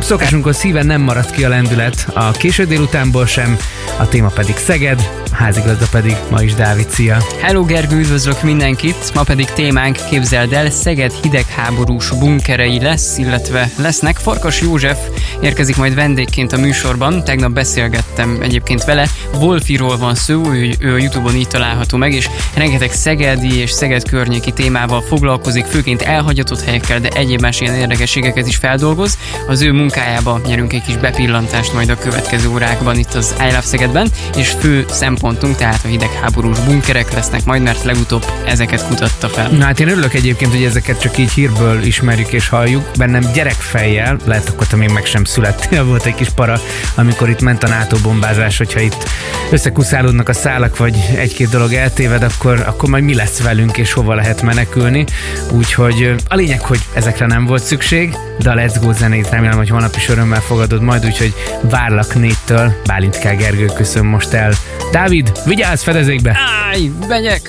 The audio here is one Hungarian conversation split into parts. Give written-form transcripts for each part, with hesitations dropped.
Szokásunkhoz szíven nem maradt ki a lendület a késő délutánból sem, a téma pedig Szeged, a házigazda pedig ma is Dávid. Szia! Hello Gergő, üdvözlök mindenkit! Ma pedig témánk, képzeld el, Szeged hidegháborús bunkerei lesz, illetve lesznek. Farkas József érkezik majd vendégként a műsorban. Tegnap beszélgettem egyébként vele. Wolfiról van szó, ő a YouTube-on így található meg, és rengeteg szegedi és Szeged környéki témával foglalkozik, főként elhagyatott helyekkel, de egyéb más ilyen érdekességeket is feldolgoz. Az ő munkájába nyerünk egy kis bepillantást majd a következő órákban itt az I Love Szegedben, és fő szempontunk tehát a hidegháborús bunkerek lesznek majd, mert legutóbb ezeket kutatta fel. Na hát én örülök egyébként, hogy ezeket csak így hírből ismerjük és halljuk. Bennem gyerekfejjel, lehet akkor te még meg sem születtél, volt egy kis para, amikor itt ment a NATO bombázás, hogyha itt összekuszálódnak a szálak, vagy egy-két dolog eltéved, akkor majd mi lesz velünk, és hova lehet menekülni. Úgyhogy a lényeg, hogy ezekre nem volt szükség, de a Let's Go zenét remélem, hogy holnap is örömmel fogadod majd, úgyhogy várlak 4-től. Bálint K. Gergő köszön most el. Dávid, vigyázz fedezékbe! Áj, megyek!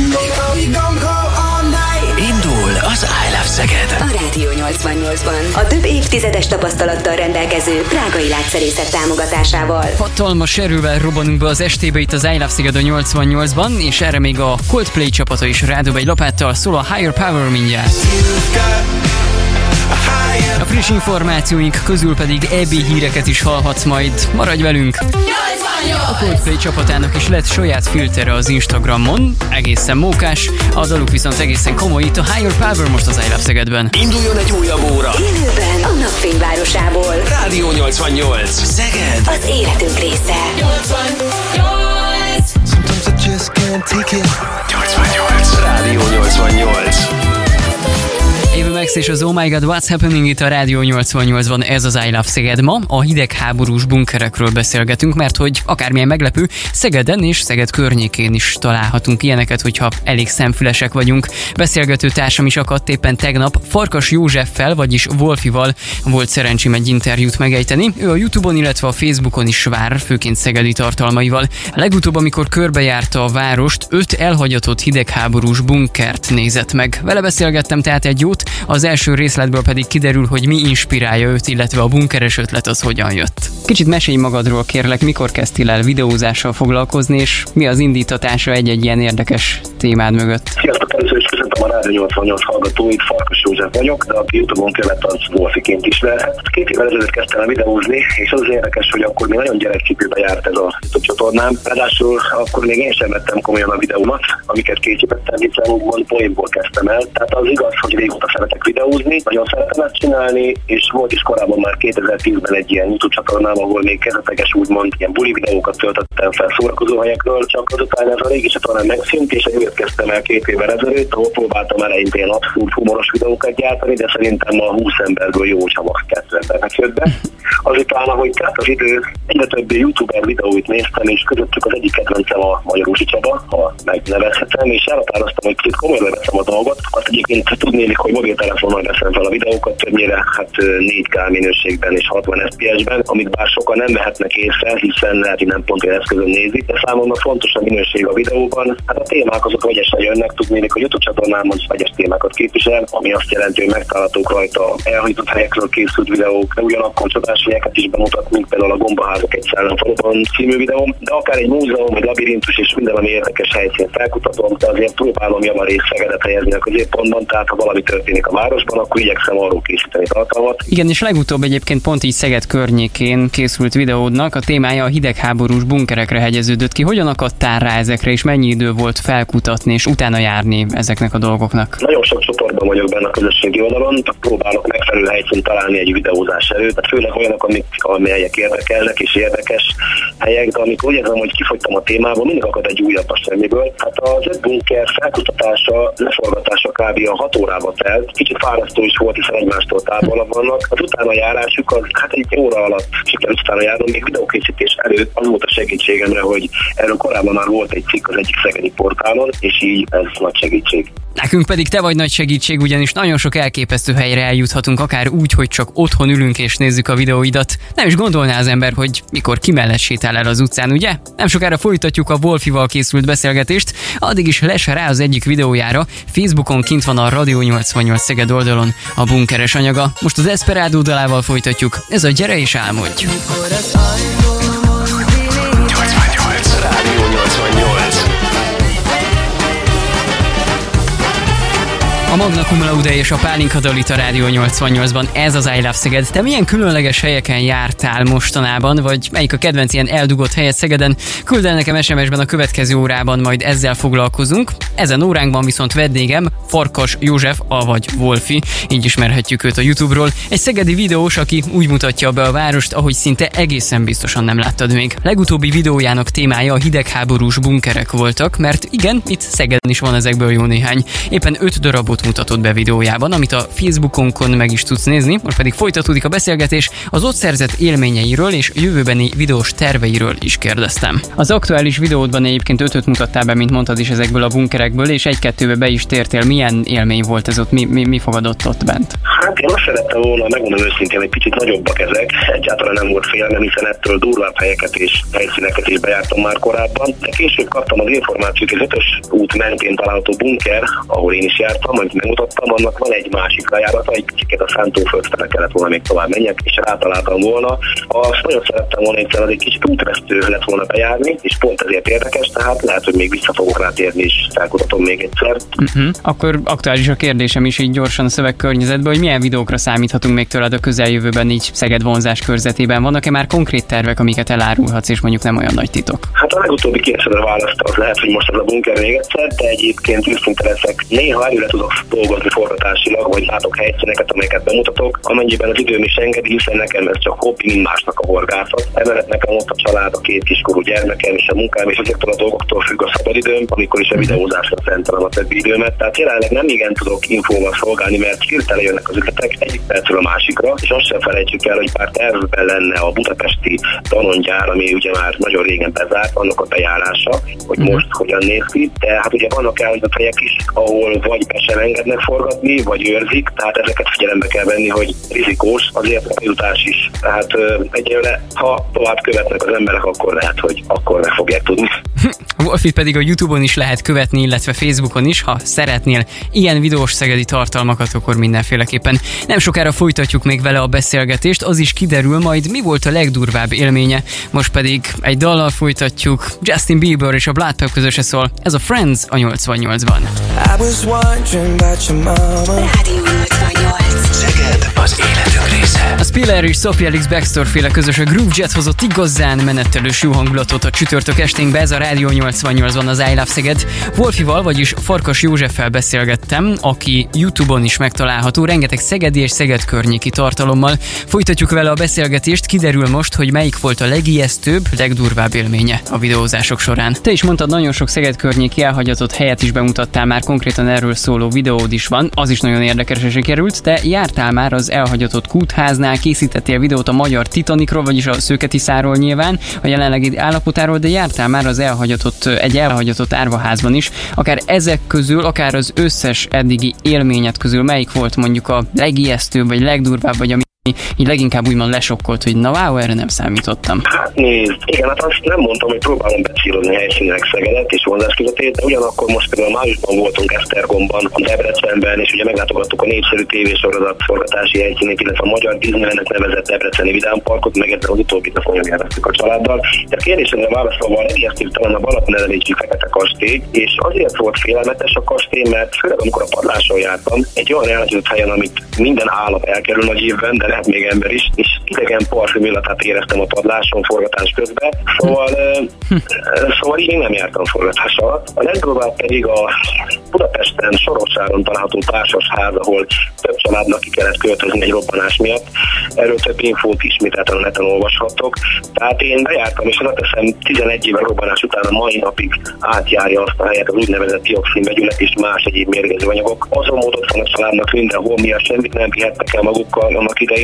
Indul az I Love Szeged. A Rádió 88-ban. A több évtizedes tapasztalattal rendelkező Prágai Látszerészet támogatásával. Hatalmas erővel robbanunk be az estébe itt az I Love Szeged a 88-ban, és erre még a Coldplay csapata is rádob egy lapáttal, szól a Higher Power mindjárt. A friss információink közül pedig EB híreket is hallhatsz majd. Maradj velünk! A Coldplay csapatának is lett saját filtere az Instagramon, egészen mókás, a daluk viszont egészen komoly, itt a Higher Power most az I Love Szegedben. Induljon egy újabb óra. Élőben a Napfényvárosából. Rádió 88. Szeged. Az életünk része. 88. Sometimes I just can't take it. 88. Rádió 88. Ava Max és az Oh My God What's Happening itt a Rádió 88-ban, ez az I Love Szeged. Ma a hidegháborús bunkerekről beszélgetünk, mert hogy akármilyen meglepő, Szegeden és Szeged környékén is találhatunk ilyeneket, hogyha elég szemfülesek vagyunk. Beszélgető társam is akadt éppen tegnap, Farkas Józseffel, vagyis Wolfival volt szerencsém egy interjút megejteni. Ő a YouTube-on, illetve a Facebookon is vár, főként szegedi tartalmaival. Legutóbb, amikor körbejárta a várost, 5 elhagyatott hidegháborús bunkert nézett meg. Vele beszélgettem tehát egy jót, az első részletből pedig kiderül, hogy mi inspirálja őt, illetve a bunkeres ötlet az hogyan jött. Kicsit mesélj magadról, kérlek, mikor kezdtél el videózással foglalkozni, és mi az indítatása egy-egy ilyen érdekes témád mögött? Sziasztok, először is köszöntöm a Rádió 88 hallgatóit, Farkas József vagyok, de aki YouTube-on követ, az Wolfiként ismerhet. 2 évvel ezelőtt kezdtem el videózni, és az érdekes, hogy akkor még nagyon gyerekcipőbe járt ez a YouTube csatornám. Ráadásul akkor még én sem vettem komolyan a videómat, amiket készítettem, hiszen úgymond poénból kezdtem el. Tehát az igaz, hogy régóta szeretek videózni, nagyon szeretem ezt csinálni, és volt is korábban már 2010-ben egy ilyen YouTube csatornám, ahol még kezdeteges úgymond ilyen buli videókat töltöttem fel szórakozó helyekről, csak azután ez a régi csatornám megszűnt, és együtt kezdtem el 2 évvel ezelőtt, ahol próbáltam eleinte ilyen abszurd humoros videókat gyártani, de szerintem a 20 emberből jó, ha max. 2 embernek jött be. Azután, ahogy telt az idő, egyre több youtuber videóit néztem, és közöttük az egyik kedvencem a Magyarúsi Csaba, ha megnevezhetem, és elhatároztam, hogy kicsit komolyra veszem a dolgot. Azt egyébként tudnélik, hogy mobiltelefonon veszem fel a videókat, többnyire 4K minőségben és 60 FPS-ben, amit bár sokan nem vehetnek észre, hiszen lehet, hogy nem pont olyan eszközön nézik, de számomra fontos a minőség a videóban. Hát a témák azok vegyesen jönnek, tudnélik, a YouTube csatornámon vegyes témákat képvisel, ami azt jelenti, hogy megtalálhatók rajta elhagyott helyekről készült videók, de ugyanakkor csodás helyeket is bemutat, mint például a Gombaházak egy szellemfaluban című videóm, de akár egy múzeum, vagy labirintus és minden, ami érdekes helyszínt felkutatom, de azért próbálom javarészt Szegedet helyezni a középpontban, tehát ha valami történik a városban, akkor igyekszem arról készíteni tartalmat. Igen, és legutóbb egyébként pont így Szeged környékén készült videódnak, a témája a hidegháborús bunkerekre hegyeződött ki. Hogyan akadtál rá ezekre, és mennyi idő volt felkutatni és utána járni ezeknek a dolgoknak? Nagyon sok csoportban vagyok benne a közösségi oldalon, próbálok megfelelő helyszínt találni egy videózás előtt, tehát főleg olyanok, amelyek érdekelnek és érdekes helyek, de amikor úgy érzem, hogy kifogytam a témából, mindig akad egy újabb a semmiből. Hát az 5 bunker felkutatása, leforgatása kb. A 6 órába telt, kicsit fárasztó is volt, hiszen egymástól távolabb vannak. Az utána járásuk az egy óra alatt sikerült utána járnom, még videókészítés előtt az volt a segítségemre, hogy erről korábban már volt egy cikk az egyik szegedi portálon, és így ez nagy segítség. Nekünk pedig te vagy nagy segítség, ugyanis nagyon sok elképesztő helyre eljuthatunk, akár úgy, hogy csak otthon ülünk és nézzük a videóidat. Nem is gondolná az ember, hogy mikor ki mellett sétál el az utcán, ugye? Nem sokára folytatjuk a Wolfival készült beszélgetést, addig is lesse rá az egyik videójára. Facebookon kint van a Radio 88 Szeged oldalon a bunkeres anyaga. Most az Esperádó dalával folytatjuk. Ez a Gyere és álmodj! 88 Rádió 88. A Magna Cum Laude és a Pálinka Dalit a Rádió 88-ban, ez az I Love Szeged. Te milyen különleges helyeken jártál mostanában, vagy melyik a kedvenc ilyen eldugott helyet Szegeden? Küld el nekem SMS-ben a következő órában, majd ezzel foglalkozunk. Ezen óránkban viszont vendégem Farkas József, avagy Wolfi, így ismerhetjük őt a YouTube-ról. Egy szegedi videós, aki úgy mutatja be a várost, ahogy szinte egészen biztosan nem láttad még. Legutóbbi videójának témája a hidegháborús bunkerek voltak, mert igen, itt Szegeden is van ezekből jó néhány. Éppen 5 darabot mutatott be videójában, amit a Facebookonkon meg is tudsz nézni, most pedig folytatódik a beszélgetés, az ott szerzett élményeiről és jövőbeni videós terveiről is kérdeztem. Az aktuális videódban egyébként 5-öt mutattál be, mint mondtad is, ezekből a bunkerekből, és 1-2-be be is tértél. Milyen élmény volt ez ott? Mi fogadott ott bent? Hát én azt szerettem volna, megmondom őszintén, egy kicsit nagyobbak ezek, egyáltalán nem volt félelmem, hiszen ettől durvább helyeket és helyszíneket is bejártam már korábban, de később kaptam az információt, hogy az 5-ös út mentén található bunker, ahol én is jártam, amit megmutattam, annak van egy másik lejárata, egy kicsit a Szántóföld fele kellett volna még tovább menjek, és rátaláltam volna. Azt nagyon szerettem volna egyszer, az egy kicsit útvesztő lett volna bejárni, és pont ezért érdekes, tehát lehet, hogy még vissza fogok rátérni, és felkutatom még egyszer. Akkor aktuális a kérdésem is így gyorsan a szövegkörnyezetben, hogy milyen videókra számíthatunk még tőled a közeljövőben így Szeged vonzás körzetében? Vannak-e már konkrét tervek, amiket elárulhatsz, és mondjuk nem olyan nagy titok? Hát a legutóbbi kérdésre választ az lehet, hogy most az a bunker még egyszer, de egyébként őszinte leszek. Néha előre tudok dolgozni forgatásilag, vagy látok helyszíneket, amelyeket bemutatok, amennyiben az időm is engedi, hiszen nekem ez csak hobbi, mint másnak a horgászat. Emellett nekem ott a család, a 2 kiskorú gyermekem és a munkám, és ezektől a dolgoktól függ a szabadidőm, amikor is a videózásra szentelem a többi időmet. Tehát jelenleg nem igen tudok infóval szolgálni, mert hirtelen jönnek az ötletek egyik percről a másikra, és azt sem felejtsük el, hogy bár tervben lenne a budapesti tanongyár, ami ugye már nagyon régen bezárt, annak a bejárása, hogy most hogyan néz ki, de hát ugye vannak elhagyott helyek is, ahol vagy be sem engednek forgatni, vagy őrzik, tehát ezeket figyelembe kell venni, hogy rizikós, azért a jutás is. Tehát egyelőre, ha tovább követnek az emberek, akkor lehet, hogy akkor meg fogják tudni. Wolfit pedig a YouTube-on is lehet követni, illetve Facebookon is, ha szeretnél ilyen videós szegedi tartalmakat, akkor mindenféleképpen. Nem sokára folytatjuk még vele a beszélgetést, az is kiderül majd, mi volt a legdurvább élménye. Most pedig egy dallal folytatjuk, Justin Bieber és a Blood Pep közöse szól, ez a Friends a 88-ban. Rádió 88. Szeged az életünk része. A Spiller és Sophie Elix Baxter féle közös a Groove Jet hozott igazán menettelős jó hangulatot a csütörtök esténkbe, ez a Rádió 88-ban az I Love Szeged. Wolfival, vagyis Farkas Józseffel beszélgettem, aki YouTube-on is megtalálható, rengeteg szegedi és Szeged környéki tartalommal. Folytatjuk vele a beszélgetést, kiderül most, hogy melyik volt a legijesztőbb, legdurvább élménye a videózások során. Te is mondtad, nagyon sok Szeged környéki elhagyatott helyet is bemutattál, már konkrétan erről szóló videód is van, az is nagyon érdekesre sikerült. Te jártál már az elhagyatott kútháznál, készítettél videót a magyar Titanicról, vagyis a Szőke-Tiszáról nyilván, a jelenlegi állapotáról, de jártál már az egy elhagyatott árvaházban is. Akár ezek közül, akár az összes eddigi élményed közül melyik volt mondjuk a legijesztőbb, vagy legdurvább, vagy ami így leginkább úgymond lesokkolt, hogy na wow, erre nem számítottam. Hát nézd, igen, hát azt nem mondtam, hogy próbálom becélozni helyszínek Szegedet és vonzás közöttét, de ugyanakkor most például májusban voltunk Esztergomban, a Debrecenben, és ugye meglátogattuk a népszerű tévésorozat forgatási helyszínét, illetve a Magyar Disneylandnek nevezett Debreceni Vidámparkot, meg ezzel az utóbbit azt nagyon élveztük a családdal. De a kérdésemre válaszolva, a legijesztőbb talán a Balaton-Edelényi Fekete kastély, és azért volt félelmetes a kastély, mert főleg amikor a padláson jártam, egy olyan elhagyott helyen, amit minden állat elkerül nagy évben, de lehet még ember is, és idegen parfüm illatát éreztem a padláson forgatás közben, szóval így még nem jártam forgatás alatt. A legdurvább pedig a Budapesten Soroksáron található társasház, ahol több családnak ki kellett költözni egy robbanás miatt. Erről több infót ismételten a neten olvashattok. Tehát én bejártam, és hozzáteszem, 11 éve robbanás után a mai napig átjárja azt a helyet az úgynevezett dioxinvegyület és más egyéb mérgező anyagok. Azon módot van a családnak mindenhol, miatt semmit nem vihettek el magukkal annak idején,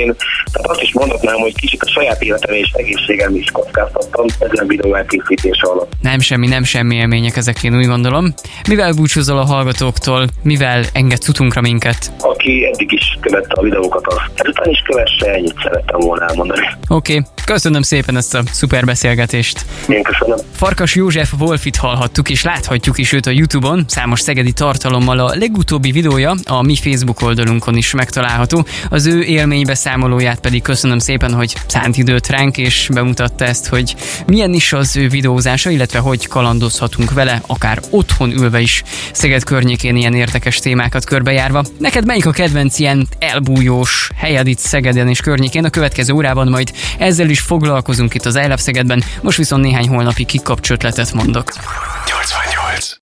én tehát azt is mondhatnám, hogy kicsit a saját életem és egészségem is kockáztattam ezen videó elkészítése alatt. Nem semmi élmények ezek, én úgy gondolom. Mivel búcsúzol a hallgatóktól, mivel engedsz utunkra minket? Aki eddig is követte a videókat, ezután is kövesse, ennyit szerettem volna elmondani. Oké, köszönöm szépen ezt a szuper beszélgetést. Én köszönöm. Farkas József Wolfit hallhattuk, és láthatjuk is őt a YouTube-on, számos szegedi tartalommal. A legutóbbi videója a mi Facebook oldalunkon is megtalálható. Az ő élménybeszámolóját pedig köszönöm szépen, hogy szánt időt ránk, és bemutatta ezt, hogy milyen is az ő videózása, illetve hogy kalandozhatunk vele, akár otthon ülve is Szeged környékén ilyen érdekes témákat körbejárva. Neked melyik a kedvenc ilyen elbújós helyed itt Szegeden és környékén? A következő órában majd ezzel is foglalkozunk itt az I Love Szegedben, most viszont néhány holnapi kikapcsötletet mondok. 88.